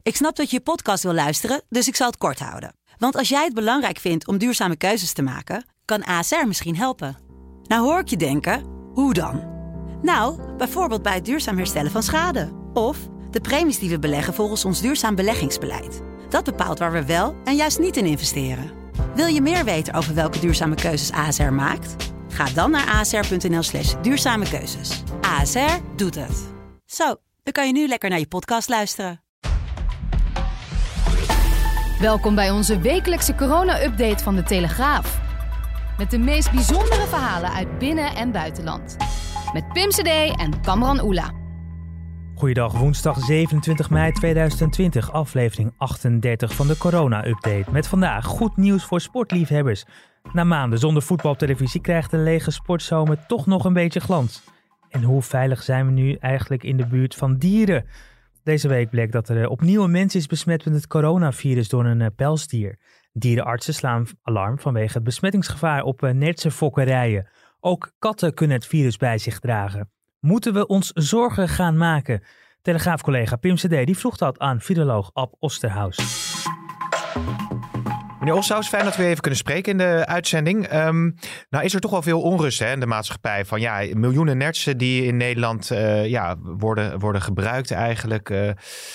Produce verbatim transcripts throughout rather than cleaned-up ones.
Ik snap dat je je podcast wil luisteren, dus ik zal het kort houden. Want als jij het belangrijk vindt om duurzame keuzes te maken, kan A S R misschien helpen. Nou hoor ik je denken, hoe dan? Nou, bijvoorbeeld bij het duurzaam herstellen van schade. Of de premies die we beleggen volgens ons duurzaam beleggingsbeleid. Dat bepaalt waar we wel en juist niet in investeren. Wil je meer weten over welke duurzame keuzes A S R maakt? Ga dan naar asr.nl slash duurzame keuzes. A S R doet het. Zo, dan kan je nu lekker naar je podcast luisteren. Welkom bij onze wekelijkse corona-update van De Telegraaf. Met de meest bijzondere verhalen uit binnen- en buitenland. Met Pim C D en Kamran Oela. Goeiedag, woensdag zevenentwintig mei tweeduizend twintig, aflevering achtendertig van de corona-update. Met vandaag goed nieuws voor sportliefhebbers. Na maanden zonder voetbal op televisie krijgt de lege sportzomer toch nog een beetje glans. En hoe veilig zijn we nu eigenlijk in de buurt van dieren? Deze week bleek dat er opnieuw een mens is besmet met het coronavirus door een uh, pelsdier. Dierenartsen slaan alarm vanwege het besmettingsgevaar op uh, nertse fokkerijen. Ook katten kunnen het virus bij zich dragen. Moeten we ons zorgen gaan maken? Telegraafcollega Pim C D die vroeg dat aan viroloog Ab Osterhaus. Meneer Osterhaus, fijn dat we even kunnen spreken in de uitzending. Um, nou is er toch wel veel onrust hè, in de maatschappij. Van ja, miljoenen nertsen die in Nederland uh, ja, worden, worden gebruikt eigenlijk. Uh, uh,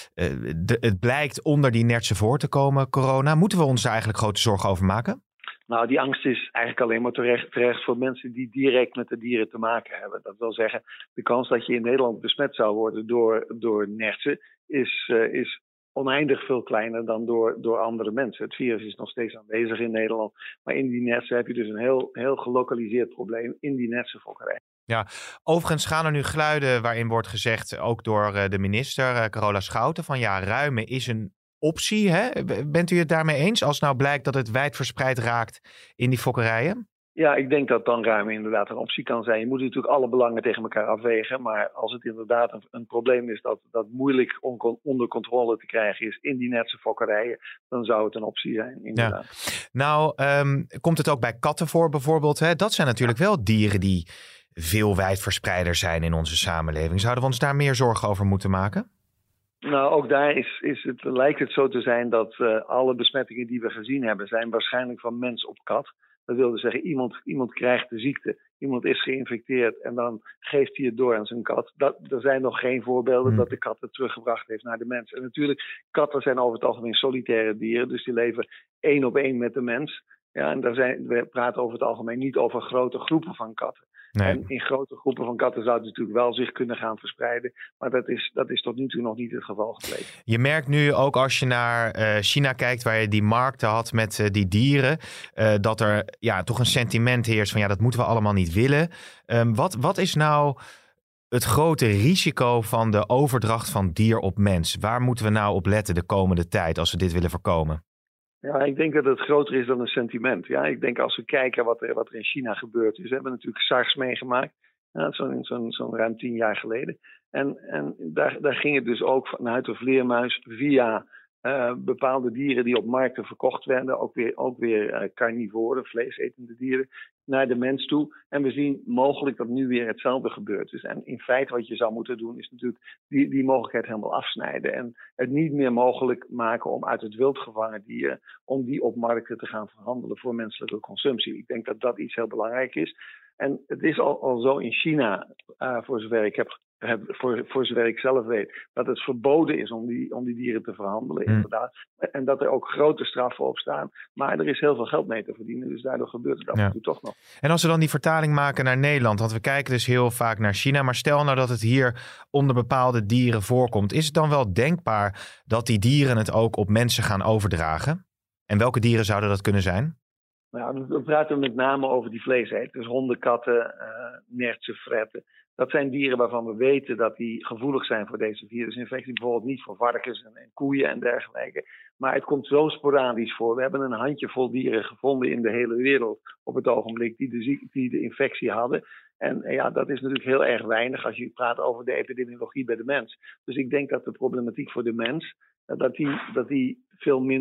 de, het blijkt onder die nertsen voor te komen, corona. Moeten we ons daar eigenlijk grote zorgen over maken? Nou, die angst is eigenlijk alleen maar terecht, terecht voor mensen die direct met de dieren te maken hebben. Dat wil zeggen, de kans dat je in Nederland besmet zou worden door, door nertsen is, uh, is oneindig veel kleiner dan door, door andere mensen. Het virus is nog steeds aanwezig in Nederland. Maar in die nertsen heb je dus een heel, heel gelokaliseerd probleem in die nertsenfokkerij. Ja, overigens gaan er nu geluiden waarin wordt gezegd, ook door uh, de minister uh, Carola Schouten, van ja, ruimen is een optie. Hè? Bent u het daarmee eens als nou blijkt dat het wijdverspreid raakt in die fokkerijen? Ja, ik denk dat dan ruimen inderdaad een optie kan zijn. Je moet natuurlijk alle belangen tegen elkaar afwegen. Maar als het inderdaad een, een probleem is dat, dat moeilijk on, onder controle te krijgen is in die netse fokkerijen, dan zou het een optie zijn, inderdaad. Ja. Nou, um, komt het ook bij katten voor bijvoorbeeld? Hè? Dat zijn natuurlijk wel dieren die veel wijdverspreider zijn in onze samenleving. Zouden we ons daar meer zorgen over moeten maken? Nou, ook daar is, is het, lijkt het zo te zijn dat uh, alle besmettingen die we gezien hebben, zijn waarschijnlijk van mens op kat. Dat wil dus zeggen, iemand, iemand krijgt de ziekte, iemand is geïnfecteerd en dan geeft hij het door aan zijn kat. Dat, er zijn nog geen voorbeelden dat de kat het teruggebracht heeft naar de mens. En natuurlijk, katten zijn over het algemeen solitaire dieren, dus die leven één op één met de mens. Ja, en daar zijn, we praten over het algemeen niet over grote groepen van katten. Nee. En in grote groepen van katten zou het natuurlijk wel zich kunnen gaan verspreiden. Maar dat is, dat is tot nu toe nog niet het geval gebleken. Je merkt nu ook als je naar uh, China kijkt, waar je die markten had met uh, die dieren, uh, dat er ja, toch een sentiment heerst van ja, dat moeten we allemaal niet willen. Um, wat, wat is nou het grote risico van de overdracht van dier op mens? Waar moeten we nou op letten de komende tijd als we dit willen voorkomen? Ja, ik denk dat het groter is dan een sentiment. Ja, ik denk als we kijken wat er, wat er in China gebeurd is. We hebben natuurlijk SARS meegemaakt, ja, zo'n, zo'n, zo'n ruim tien jaar geleden. En, en daar, daar ging het dus ook vanuit de vleermuis via uh, bepaalde dieren die op markten verkocht werden. Ook weer, ook weer uh, carnivoren, vleesetende dieren, naar de mens toe. En we zien mogelijk dat nu weer hetzelfde gebeurt. Dus en in feite wat je zou moeten doen is natuurlijk die, die mogelijkheid helemaal afsnijden. En het niet meer mogelijk maken om uit het wild gevangen dieren, om die op markten te gaan verhandelen voor menselijke consumptie. Ik denk dat dat iets heel belangrijk is. En het is al, al zo in China, uh, voor zover ik heb, heb voor, voor zover ik zelf weet, dat het verboden is om die, om die dieren te verhandelen, mm. inderdaad. En dat er ook grote straffen op staan. Maar er is heel veel geld mee te verdienen, dus daardoor gebeurt het af en toe toch nog. En als we dan die vertaling maken naar Nederland, want we kijken dus heel vaak naar China, maar stel nou dat het hier onder bepaalde dieren voorkomt, is het dan wel denkbaar dat die dieren het ook op mensen gaan overdragen? En welke dieren zouden dat kunnen zijn? Nou, we praten met name over die vleeseters, honden, katten, uh, nertsen, fretten. Dat zijn dieren waarvan we weten dat die gevoelig zijn voor deze virusinfectie. Bijvoorbeeld niet voor varkens en, en koeien en dergelijke. Maar het komt zo sporadisch voor. We hebben een handjevol dieren gevonden in de hele wereld op het ogenblik die de, ziek, die de infectie hadden. En ja, dat is natuurlijk heel erg weinig als je praat over de epidemiologie bij de mens. Dus ik denk dat de problematiek voor de mens, dat die, dat die veel minder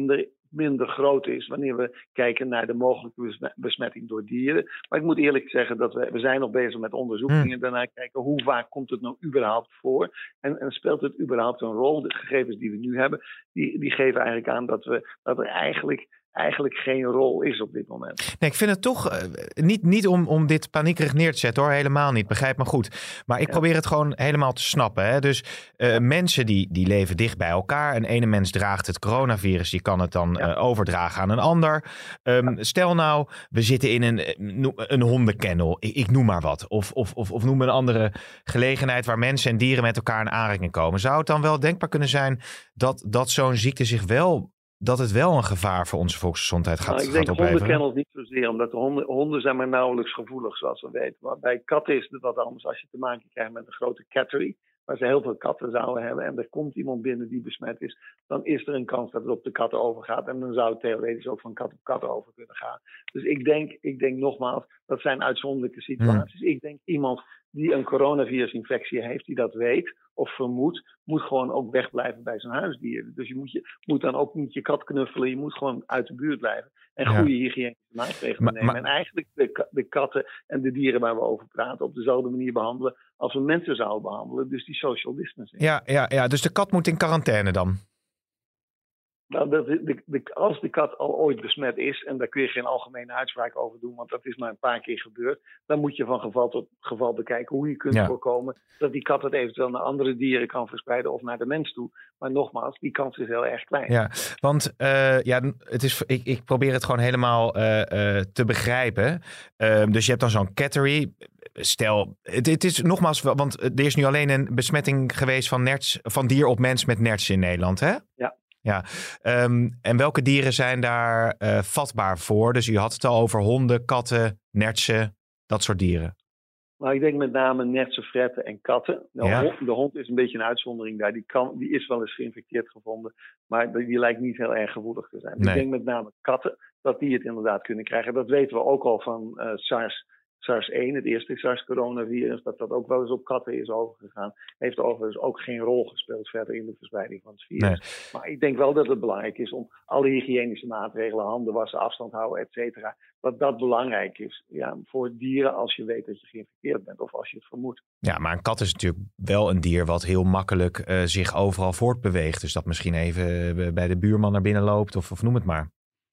minder groot is wanneer we kijken naar de mogelijke besmetting door dieren. Maar ik moet eerlijk zeggen dat we, we zijn nog bezig met onderzoekingen. Hmm. Daarna kijken hoe vaak komt het nou überhaupt voor. En, en speelt het überhaupt een rol. De gegevens die we nu hebben, die, die geven eigenlijk aan dat, we, dat er eigenlijk... eigenlijk geen rol is op dit moment. Nee, ik vind het toch uh, niet, niet om, om dit paniekerig neer te zetten hoor, helemaal niet, begrijp me goed. Maar ik ja. probeer het gewoon helemaal te snappen. Hè? Dus uh, mensen die, die leven dicht bij elkaar. Een ene mens draagt het coronavirus, die kan het dan ja. uh, overdragen aan een ander. Um, ja. Stel nou, we zitten in een, een hondenkennel, ik, ik noem maar wat. Of, of, of, of noem een andere gelegenheid waar mensen en dieren met elkaar in aanraking komen. Zou het dan wel denkbaar kunnen zijn dat, dat zo'n ziekte zich wel... dat het wel een gevaar voor onze volksgezondheid gaat, nou, ik gaat denk opleveren? Hondenkennels niet zozeer, omdat de honden, honden zijn maar nauwelijks gevoelig, zoals we weten. Maar bij katten is het wat anders. Als je te maken krijgt met een grote cattery, waar ze heel veel katten zouden hebben, en er komt iemand binnen die besmet is, dan is er een kans dat het op de katten overgaat. En dan zou het theoretisch ook van kat op kat over kunnen gaan. Dus ik denk, ik denk nogmaals, dat zijn uitzonderlijke situaties. Hmm. Ik denk iemand die een coronavirusinfectie heeft, die dat weet of vermoedt, moet gewoon ook wegblijven bij zijn huisdier. Dus je moet, je moet dan ook niet je kat knuffelen. Je moet gewoon uit de buurt blijven. En goede ja. hygiënische maatregelen maar, nemen. Maar, en eigenlijk de, de katten en de dieren waar we over praten op dezelfde manier behandelen als we mensen zouden behandelen. Dus die social distancing. Ja, ja, ja, dus de kat moet in quarantaine dan? Nou, de, de, de, als de kat al ooit besmet is, en daar kun je geen algemene uitspraak over doen, want dat is maar een paar keer gebeurd, dan moet je van geval tot geval bekijken hoe je kunt ja. voorkomen dat die kat het eventueel naar andere dieren kan verspreiden of naar de mens toe. Maar nogmaals, die kans is heel erg klein. Ja, want uh, ja, het is, ik, ik probeer het gewoon helemaal uh, uh, te begrijpen. Uh, dus je hebt dan zo'n cattery. Stel, het, het is nogmaals, want er is nu alleen een besmetting geweest van, nerts, van dier op mens met nerts in Nederland, hè? Ja. Ja, um, en welke dieren zijn daar uh, vatbaar voor? Dus u had het al over honden, katten, nertsen, dat soort dieren. Nou, ik denk met name nertsen, fretten en katten. Nou, ja. De hond is een beetje een uitzondering daar. Die, kan, die is wel eens geïnfecteerd gevonden, maar die, die lijkt niet heel erg gevoelig te zijn. Nee. Ik denk met name katten, dat die het inderdaad kunnen krijgen. Dat weten we ook al van uh, SARS. SARS één, het eerste SARS-coronavirus, dat dat ook wel eens op katten is overgegaan, heeft overigens ook geen rol gespeeld verder in de verspreiding van het virus. Nee. Maar ik denk wel dat het belangrijk is om alle hygiënische maatregelen, handen wassen, afstand houden, et cetera, dat dat belangrijk is. Ja, voor dieren als je weet dat je geïnfecteerd bent of als je het vermoedt. Ja, maar een kat is natuurlijk wel een dier wat heel makkelijk uh, zich overal voortbeweegt. Dus dat misschien even uh, bij de buurman naar binnen loopt of, of noem het maar.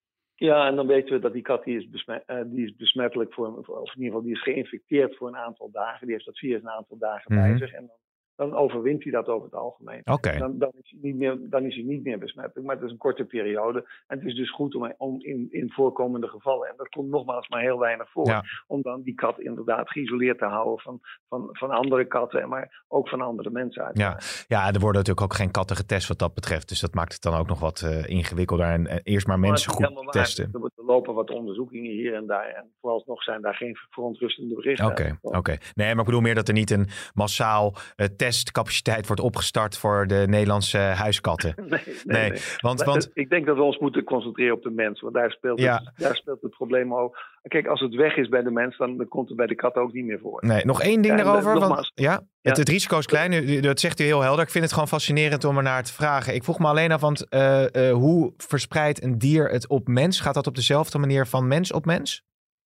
Ja, en dan weten we dat die kat die is, besmet, uh, die is besmettelijk voor, of in ieder geval die is geïnfecteerd voor een aantal dagen. Die heeft dat virus een aantal dagen mm-hmm. bij zich. En dan, dan overwint hij dat over het algemeen. Okay. Dan, dan, is hij niet meer, dan is hij niet meer besmettelijk. Maar het is een korte periode. En het is dus goed om, om in, in voorkomende gevallen, en dat komt nogmaals maar heel weinig voor, ja. om dan die kat inderdaad geïsoleerd te houden van, van, van andere katten, maar ook van andere mensen uit. Ja. ja, er worden natuurlijk ook geen katten getest wat dat betreft. Dus dat maakt het dan ook nog wat uh, ingewikkelder. En uh, eerst maar mensen maar goed testen. Er lopen wat onderzoekingen hier en daar. En vooralsnog zijn daar geen verontrustende berichten. Oké, okay, oké. Okay. Nee, maar ik bedoel meer dat er niet een massaal uh, testcapaciteit wordt opgestart voor de Nederlandse huiskatten. nee, nee, nee. nee. Want, want... Ik denk dat we ons moeten concentreren op de mens. Want daar speelt, ja. het, daar speelt het probleem over. Kijk, als het weg is bij de mens, dan, dan komt het bij de kat ook niet meer voor. Nee, nog één ding ja, daarover. Want, nogmaals, ja, ja. Het, het risico is klein. U, dat zegt u heel helder. Ik vind het gewoon fascinerend om er naar te vragen. Ik vroeg me alleen af, want uh, uh, hoe verspreidt een dier het op mens? Gaat dat op dezelfde manier van mens op mens?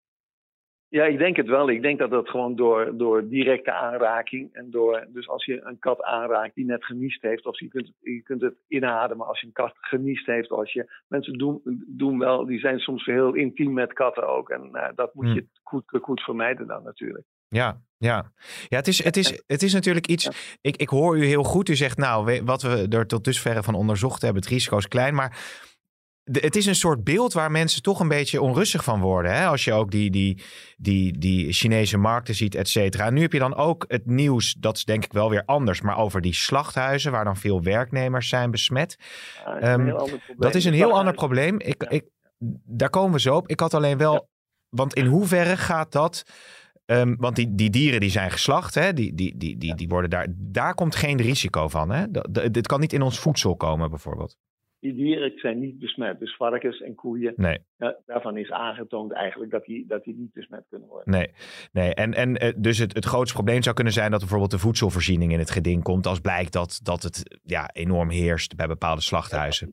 Ja, ik denk het wel. Ik denk dat dat gewoon door, door directe aanraking en door, dus als je een kat aanraakt die net geniest heeft, of je kunt, je kunt het inademen als je een kat geniest heeft, of als je, mensen doen, doen wel, die zijn soms heel intiem met katten ook, en uh, dat moet hmm. je goed, goed vermijden dan natuurlijk. Ja, ja. ja het, is, het, is, het is natuurlijk iets, ja. ik, ik hoor u heel goed, u zegt nou, wat we er tot dusverre van onderzocht hebben, het risico is klein, maar de, het is een soort beeld waar mensen toch een beetje onrustig van worden. Hè? Als je ook die, die, die, die Chinese markten ziet, et cetera. En nu heb je dan ook het nieuws, dat is denk ik wel weer anders, maar over die slachthuizen waar dan veel werknemers zijn besmet. Ja, dat, is um, dat is een heel ander probleem. Ik, ja. ik, daar komen we zo op. Ik had alleen wel, ja. want in hoeverre gaat dat... Um, want die, die dieren die zijn geslacht, hè? Die, die, die, die, die worden daar, daar komt geen risico van. Hè? Dit kan niet in ons voedsel komen bijvoorbeeld. Die dieren zijn niet besmet. Dus varkens en koeien, nee. uh, daarvan is aangetoond eigenlijk dat die, dat die niet besmet kunnen worden. Nee, nee. en, en uh, dus het, het grootste probleem zou kunnen zijn dat bijvoorbeeld de voedselvoorziening in het geding komt als blijkt dat, dat het ja, enorm heerst bij bepaalde slachthuizen. Ja, als, iemand, als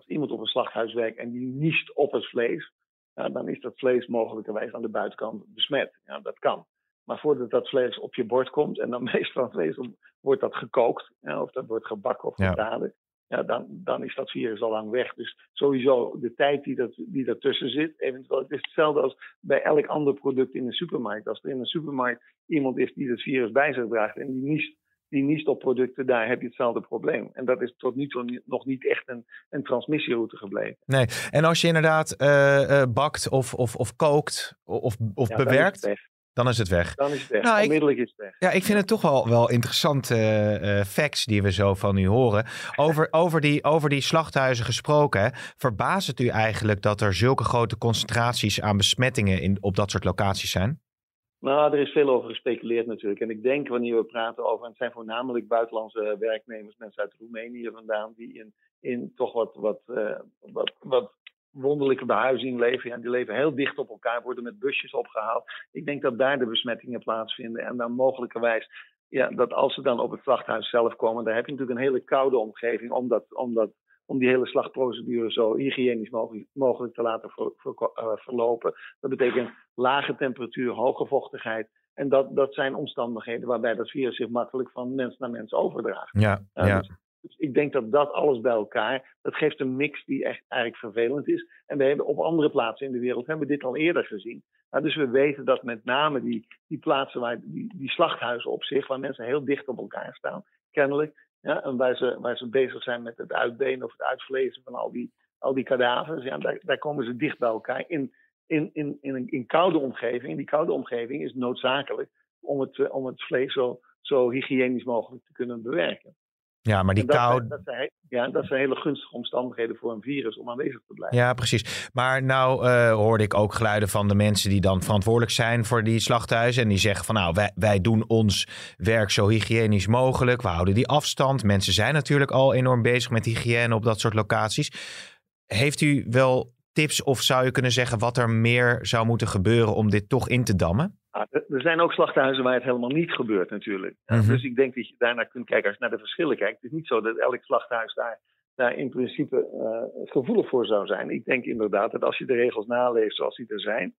iemand op een slachthuis werkt en die niest op het vlees, ja, dan is dat vlees mogelijkerwijs aan de buitenkant besmet. Ja, dat kan. Maar voordat dat vlees op je bord komt, en dan meestal vlees wordt dat gekookt, ja, of dat wordt gebakken of gebraden, ja. ja, dan, dan is dat virus al lang weg. Dus sowieso de tijd die, dat, die daartussen zit, eventueel, het is hetzelfde als bij elk ander product in een supermarkt. Als er in een supermarkt iemand is die het virus bij zich draagt en die niest, die niest op producten, daar heb je hetzelfde probleem. En dat is tot nu toe nog niet echt een, een transmissieroute gebleken. Nee, en als je inderdaad uh, uh, bakt of, of, of kookt of, of ja, bewerkt, dan is het weg. Dan is het weg. Nou, Onmiddellijk is het weg. Ja, ik vind het toch wel, wel interessante uh, facts die we zo van u horen. Over, over, die, over die slachthuizen gesproken, hè, verbaast het u eigenlijk dat er zulke grote concentraties aan besmettingen in, op dat soort locaties zijn? Nou, er is veel over gespeculeerd natuurlijk. En ik denk wanneer we praten over, en het zijn voornamelijk buitenlandse werknemers, mensen uit Roemenië vandaan, die in, in toch wat, wat, uh, wat, wat wonderlijke behuizing leven. Ja, die leven heel dicht op elkaar, worden met busjes opgehaald. Ik denk dat daar de besmettingen plaatsvinden. En dan mogelijkerwijs, ja, dat als ze dan op het slachthuis zelf komen, daar heb je natuurlijk een hele koude omgeving om, dat, om, dat, om die hele slachtprocedure zo hygiënisch mogelijk, mogelijk te laten ver, ver, uh, verlopen. Dat betekent lage temperatuur, hoge vochtigheid. En dat, dat zijn omstandigheden waarbij dat virus zich makkelijk van mens naar mens overdraagt. Ja, uh, ja. Dus, Dus ik denk dat dat alles bij elkaar, dat geeft een mix die echt eigenlijk vervelend is. En we hebben op andere plaatsen in de wereld hebben we dit al eerder gezien. Nou, dus we weten dat met name die, die plaatsen, waar die, die slachthuizen op zich, waar mensen heel dicht op elkaar staan, kennelijk. Ja, en waar ze, waar ze bezig zijn met het uitbenen of het uitvlezen van al die, al die kadavers. Ja, daar, daar komen ze dicht bij elkaar in, in, in, in een in koude omgeving. Die koude omgeving is noodzakelijk om het, om het vlees zo, zo hygiënisch mogelijk te kunnen bewerken. Ja, maar die dat, kou... zijn, dat, zijn, ja, dat zijn hele gunstige omstandigheden voor een virus om aanwezig te blijven. Ja, precies. Maar nou uh, hoorde ik ook geluiden van de mensen die dan verantwoordelijk zijn voor die slachthuizen. En die zeggen van nou, wij, wij doen ons werk zo hygiënisch mogelijk. We houden die afstand. Mensen zijn natuurlijk al enorm bezig met hygiëne op dat soort locaties. Heeft u wel tips of zou je kunnen zeggen wat er meer zou moeten gebeuren om dit toch in te dammen? Er zijn ook slachthuizen waar het helemaal niet gebeurt natuurlijk. Mm-hmm. Dus ik denk dat je daarnaar kunt kijken als je naar de verschillen kijkt. Het is niet zo dat elk slachthuis daar, daar in principe uh, gevoelig voor zou zijn. Ik denk inderdaad dat als je de regels naleeft zoals die er zijn,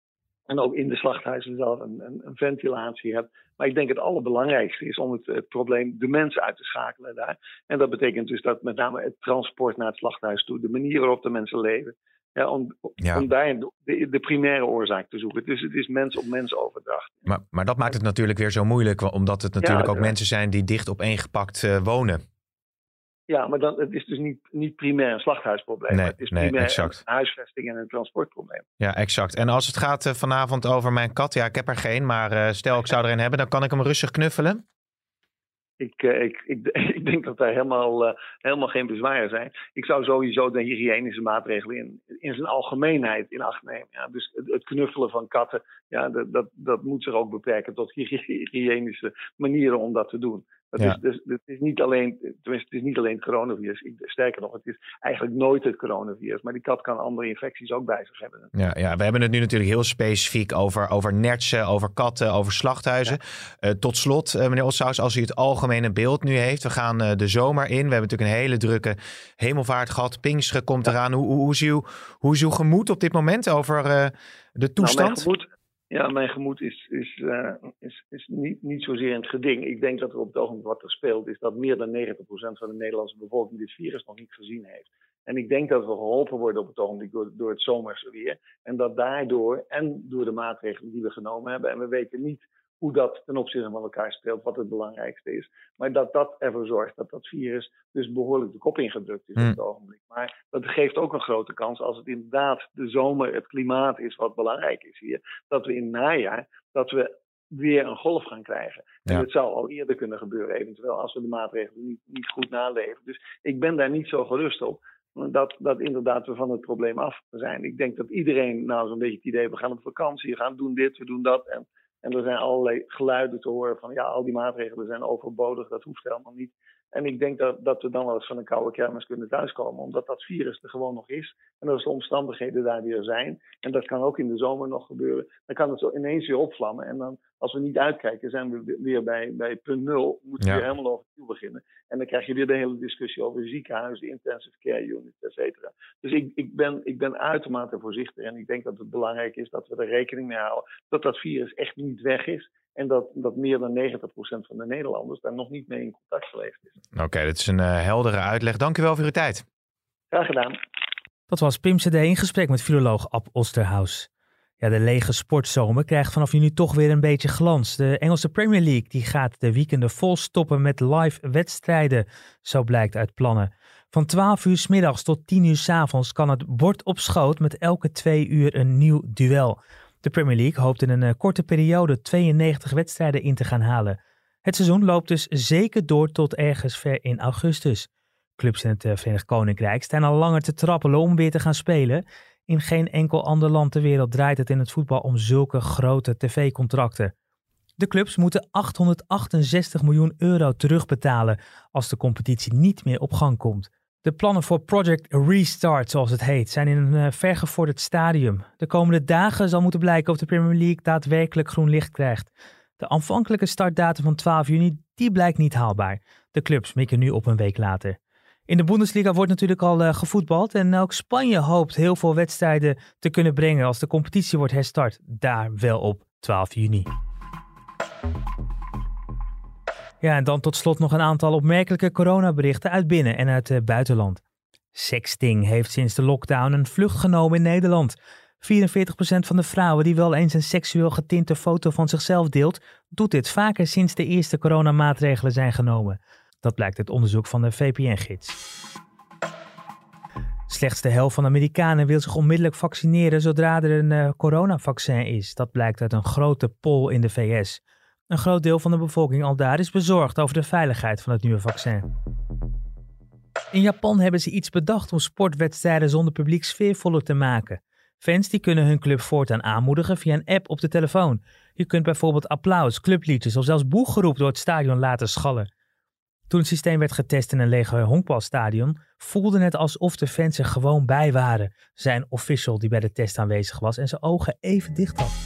en ook in de slachthuizen zelf een, een, een ventilatie hebt. Maar ik denk het allerbelangrijkste is om het, het probleem de mensen uit te schakelen daar. En dat betekent dus dat met name het transport naar het slachthuis toe, de manier waarop de mensen leven, ja, om, ja. om daar de, de primaire oorzaak te zoeken. Dus het is mens op mens overdracht. Maar, maar dat maakt het natuurlijk weer zo moeilijk, omdat het natuurlijk ja, ook ja. mensen zijn die dicht opeengepakt uh, wonen. Ja, maar dan, het is dus niet, niet primair een slachthuisprobleem. Nee, het is nee, primair exact. een huisvesting en een transportprobleem. Ja, exact. En als het gaat uh, vanavond over mijn kat, ja, ik heb er geen, maar uh, stel ik zou er een hebben, dan kan ik hem rustig knuffelen? Ik, uh, ik, ik, ik denk dat daar helemaal, uh, helemaal geen bezwaren zijn. Ik zou sowieso de hygiënische maatregelen in, in zijn algemeenheid in acht nemen. Ja, dus het, het knuffelen van katten, ja, dat, dat, dat moet zich ook beperken tot hygiënische manieren om dat te doen. Dat ja. is, dus, het is niet alleen, tenminste, het is niet alleen het coronavirus. Ik, sterker nog, het is eigenlijk nooit het coronavirus. Maar die kat kan andere infecties ook bij zich hebben. Ja, ja, we hebben het nu natuurlijk heel specifiek over, over nertsen, over katten, over slachthuizen. Ja. Uh, tot slot, uh, meneer Osthuis, als u het algemene beeld nu heeft. We gaan uh, de zomer in. We hebben natuurlijk een hele drukke hemelvaart gehad. Pinksteren komt ja. eraan. Hoe, hoe, hoe, is uw, hoe is uw gemoed op dit moment over uh, de toestand? Nou, mijn gemoed... Ja, mijn gemoed is, is, uh, is, is niet, niet zozeer in het geding. Ik denk dat er op het ogenblik wat er speelt is dat meer dan negentig procent van de Nederlandse bevolking dit virus nog niet gezien heeft. En ik denk dat we geholpen worden op het ogenblik door, door het zomerse weer. En dat daardoor en door de maatregelen die we genomen hebben. En we weten niet hoe dat ten opzichte van elkaar speelt, wat het belangrijkste is. Maar dat dat ervoor zorgt dat dat virus dus behoorlijk de kop ingedrukt is mm. op het ogenblik. Maar dat geeft ook een grote kans als het inderdaad de zomer, het klimaat is wat belangrijk is hier. Dat we in het najaar, dat we weer een golf gaan krijgen. Ja. En het zou al eerder kunnen gebeuren eventueel als we de maatregelen niet, niet goed naleven. Dus ik ben daar niet zo gerust op. Dat, dat inderdaad we van het probleem af zijn. Ik denk dat iedereen nou zo'n beetje het idee, we gaan op vakantie, we gaan doen dit, we doen dat. En En er zijn allerlei geluiden te horen van ja, al die maatregelen zijn overbodig, dat hoeft helemaal niet. En ik denk dat, dat we dan wel eens van een koude kermis kunnen thuiskomen. Omdat dat virus er gewoon nog is. En als de omstandigheden daar weer zijn. En dat kan ook in de zomer nog gebeuren. Dan kan het zo ineens weer opvlammen. En dan, als we niet uitkijken, zijn we weer bij, bij punt nul. Moeten we Ja. weer helemaal overnieuw beginnen. En dan krijg je weer de hele discussie over ziekenhuizen, intensive care units, et cetera. Dus ik, ik, ben, ik ben uitermate voorzichtig. En ik denk dat het belangrijk is dat we er rekening mee houden. Dat dat virus echt niet weg is. En dat, dat meer dan negentig procent van de Nederlanders daar nog niet mee in contact geweest is. Oké, okay, dat is een uh, heldere uitleg. Dank u wel voor uw tijd. Graag gedaan. Dat was Pim Cedee in gesprek met filoloog Ab Osterhaus. Ja, de lege sportzomer krijgt vanaf juni toch weer een beetje glans. De Engelse Premier League die gaat de weekenden vol stoppen met live wedstrijden, zo blijkt uit plannen. Van twaalf uur 's middags tot tien uur 's avonds kan het bord op schoot met elke twee uur een nieuw duel. De Premier League hoopt in een uh, korte periode tweeënnegentig wedstrijden in te gaan halen. Het seizoen loopt dus zeker door tot ergens ver in augustus. Clubs in het uh, Verenigd Koninkrijk staan al langer te trappelen om weer te gaan spelen. In geen enkel ander land ter wereld draait het in het voetbal om zulke grote tv-contracten. De clubs moeten achthonderdachtenzestig miljoen euro terugbetalen als de competitie niet meer op gang komt. De plannen voor Project Restart, zoals het heet, zijn in een uh, vergevorderd stadium. De komende dagen zal moeten blijken of de Premier League daadwerkelijk groen licht krijgt. De aanvankelijke startdatum van twaalf juni, die blijkt niet haalbaar. De clubs mikken nu op een week later. In de Bundesliga wordt natuurlijk al uh, gevoetbald en ook Spanje hoopt heel veel wedstrijden te kunnen brengen als de competitie wordt herstart. Daar wel op twaalf juni. Ja, en dan tot slot nog een aantal opmerkelijke coronaberichten uit binnen- en uit het buitenland. Sexting heeft sinds de lockdown een vlucht genomen in Nederland. vierenveertig procent van de vrouwen die wel eens een seksueel getinte foto van zichzelf deelt, doet dit vaker sinds de eerste coronamaatregelen zijn genomen. Dat blijkt uit onderzoek van de V P N-gids. Slechts de helft van de Amerikanen wil zich onmiddellijk vaccineren zodra er een uh, coronavaccin is. Dat blijkt uit een grote poll in de V S. Een groot deel van de bevolking aldaar is bezorgd over de veiligheid van het nieuwe vaccin. In Japan hebben ze iets bedacht om sportwedstrijden zonder publiek sfeervoller te maken. Fans die kunnen hun club voortaan aanmoedigen via een app op de telefoon. Je kunt bijvoorbeeld applaus, clubliedjes of zelfs boeggeroep door het stadion laten schallen. Toen het systeem werd getest in een lege honkbalstadion, voelde het alsof de fans er gewoon bij waren, zei een official die bij de test aanwezig was en zijn ogen even dicht had.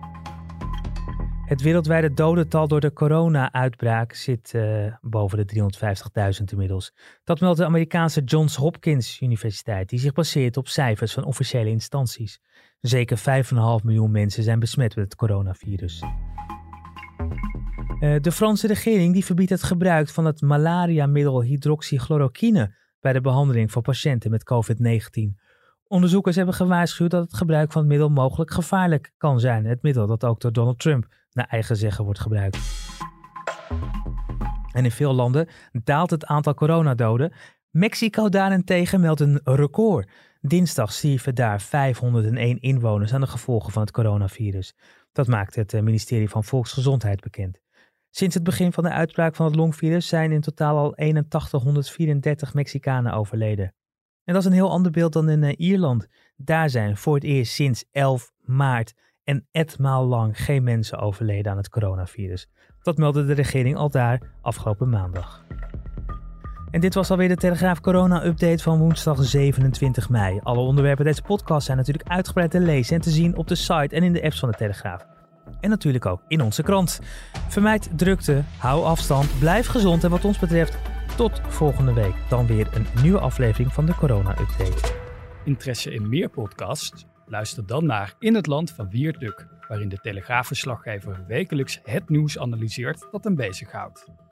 Het wereldwijde dodental door de corona-uitbraak zit uh, boven de driehonderdvijftigduizend inmiddels. Dat meldt de Amerikaanse Johns Hopkins Universiteit, die zich baseert op cijfers van officiële instanties. Zeker vijf komma vijf miljoen mensen zijn besmet met het coronavirus. Uh, de Franse regering die verbiedt het gebruik van het malaria-middel hydroxychloroquine bij de behandeling van patiënten met covid negentien. Onderzoekers hebben gewaarschuwd dat het gebruik van het middel mogelijk gevaarlijk kan zijn. Het middel dat ook door Donald Trump naar eigen zeggen wordt gebruikt. En in veel landen daalt het aantal coronadoden. Mexico daarentegen meldt een record. Dinsdag stierven daar vijfhonderdéén inwoners aan de gevolgen van het coronavirus. Dat maakt het ministerie van Volksgezondheid bekend. Sinds het begin van de uitbraak van het longvirus zijn in totaal al eenentachtighonderdvierendertig Mexicanen overleden. En dat is een heel ander beeld dan in uh, Ierland. Daar zijn voor het eerst sinds elf maart en etmaal lang geen mensen overleden aan het coronavirus. Dat meldde de regering al daar afgelopen maandag. En dit was alweer de Telegraaf Corona-update van woensdag zevenentwintig mei. Alle onderwerpen deze podcast zijn natuurlijk uitgebreid te lezen en te zien op de site en in de apps van de Telegraaf. En natuurlijk ook in onze krant. Vermijd drukte, hou afstand, blijf gezond en wat ons betreft tot volgende week. Dan weer een nieuwe aflevering van de Corona-update. Interesse in meer podcasts? Luister dan naar In het Land van Wierd Duk, waarin de Telegraaf-verslaggever wekelijks het nieuws analyseert dat hem bezighoudt.